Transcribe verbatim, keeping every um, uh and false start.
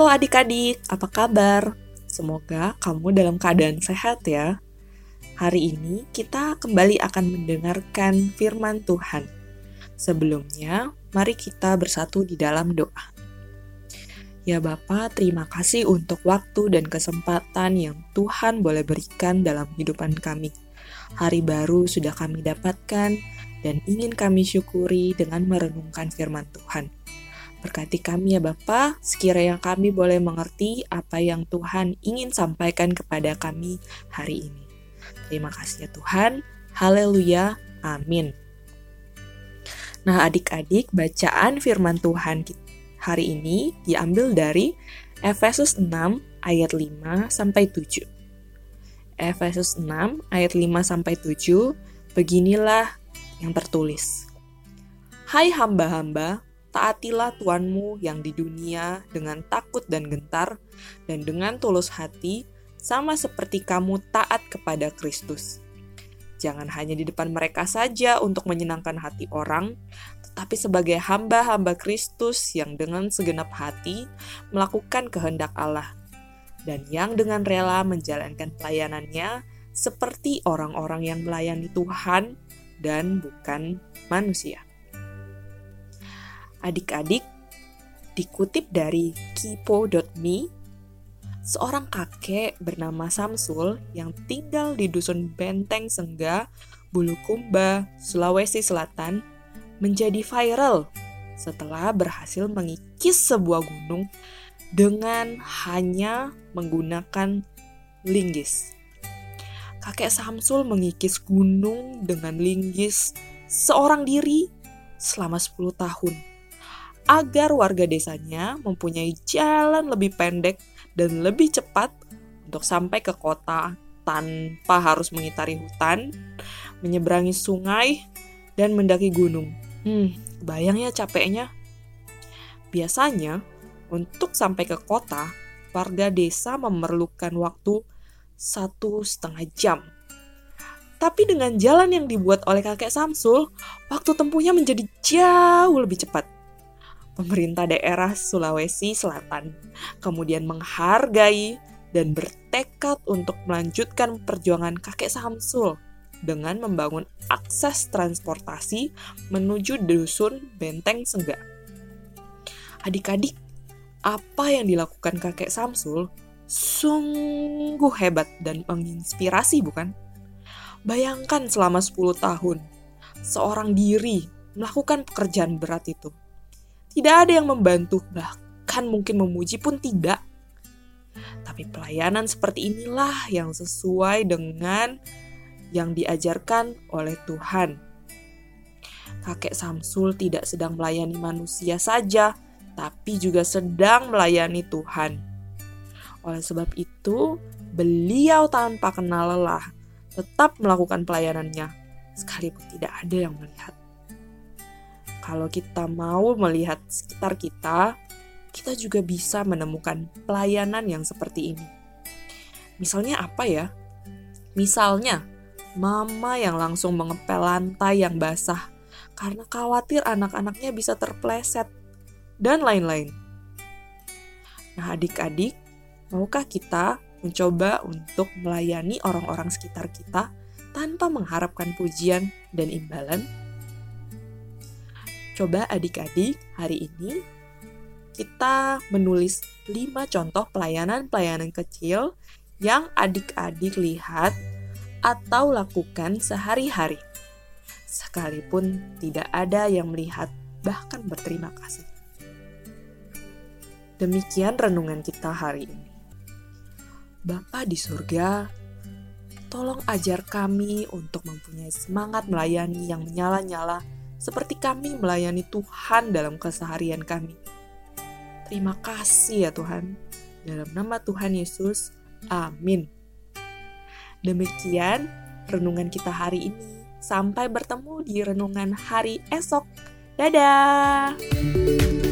Halo adik-adik, apa kabar? Semoga kamu dalam keadaan sehat ya. Hari ini kita kembali akan mendengarkan firman Tuhan. Sebelumnya, mari kita bersatu di dalam doa. Ya Bapa, terima kasih untuk waktu dan kesempatan yang Tuhan boleh berikan dalam kehidupan kami. Hari baru sudah kami dapatkan dan ingin kami syukuri dengan merenungkan firman Tuhan. Berkati kami ya Bapa, sekiranya kami boleh mengerti apa yang Tuhan ingin sampaikan kepada kami hari ini. Terima kasih ya Tuhan, haleluya, amin. Nah adik-adik, bacaan firman Tuhan hari ini diambil dari Efesus enam ayat lima sampai tujuh. Efesus enam ayat lima sampai tujuh, beginilah yang tertulis. Hai hamba-hamba, taatilah Tuanmu yang di dunia dengan takut dan gentar, dan dengan tulus hati, sama seperti kamu taat kepada Kristus. Jangan hanya di depan mereka saja untuk menyenangkan hati orang, tetapi sebagai hamba-hamba Kristus yang dengan segenap hati melakukan kehendak Allah, dan yang dengan rela menjalankan pelayanannya seperti orang-orang yang melayani Tuhan dan bukan manusia. Adik-adik, dikutip dari kipo dot me, seorang kakek bernama Samsul yang tinggal di dusun Benteng Sengga, Bulukumba, Sulawesi Selatan, menjadi viral setelah berhasil mengikis sebuah gunung dengan hanya menggunakan linggis. Kakek Samsul mengikis gunung dengan linggis seorang diri selama sepuluh tahun. Agar warga desanya mempunyai jalan lebih pendek dan lebih cepat untuk sampai ke kota tanpa harus mengitari hutan, menyeberangi sungai, dan mendaki gunung. Hmm, bayang ya capeknya. Biasanya, untuk sampai ke kota, warga desa memerlukan waktu satu setengah jam. Tapi dengan jalan yang dibuat oleh kakek Samsul, waktu tempuhnya menjadi jauh lebih cepat. Pemerintah daerah Sulawesi Selatan kemudian menghargai dan bertekad untuk melanjutkan perjuangan kakek Samsul dengan membangun akses transportasi menuju dusun Benteng Sengga. Adik-adik, apa yang dilakukan kakek Samsul sungguh hebat dan menginspirasi, bukan? Bayangkan selama sepuluh tahun, seorang diri melakukan pekerjaan berat itu. Tidak ada yang membantu, bahkan mungkin memuji pun tidak. Tapi pelayanan seperti inilah yang sesuai dengan yang diajarkan oleh Tuhan. Kakek Samsul tidak sedang melayani manusia saja, tapi juga sedang melayani Tuhan. Oleh sebab itu, beliau tanpa kenal lelah tetap melakukan pelayanannya, sekalipun tidak ada yang melihat. Kalau kita mau melihat sekitar kita, kita juga bisa menemukan pelayanan yang seperti ini. Misalnya apa ya? Misalnya, mama yang langsung mengepel lantai yang basah karena khawatir anak-anaknya bisa terpleset, dan lain-lain. Nah adik-adik, maukah kita mencoba untuk melayani orang-orang sekitar kita tanpa mengharapkan pujian dan imbalan? Coba adik-adik, hari ini kita menulis lima contoh pelayanan-pelayanan kecil yang adik-adik lihat atau lakukan sehari-hari. Sekalipun tidak ada yang melihat, bahkan berterima kasih. Demikian renungan kita hari ini. Bapa di surga, tolong ajar kami untuk mempunyai semangat melayani yang menyala-nyala seperti kami melayani Tuhan dalam keseharian kami. Terima kasih ya Tuhan. Dalam nama Tuhan Yesus, amin. Demikian renungan kita hari ini. Sampai bertemu di renungan hari esok. Dadah!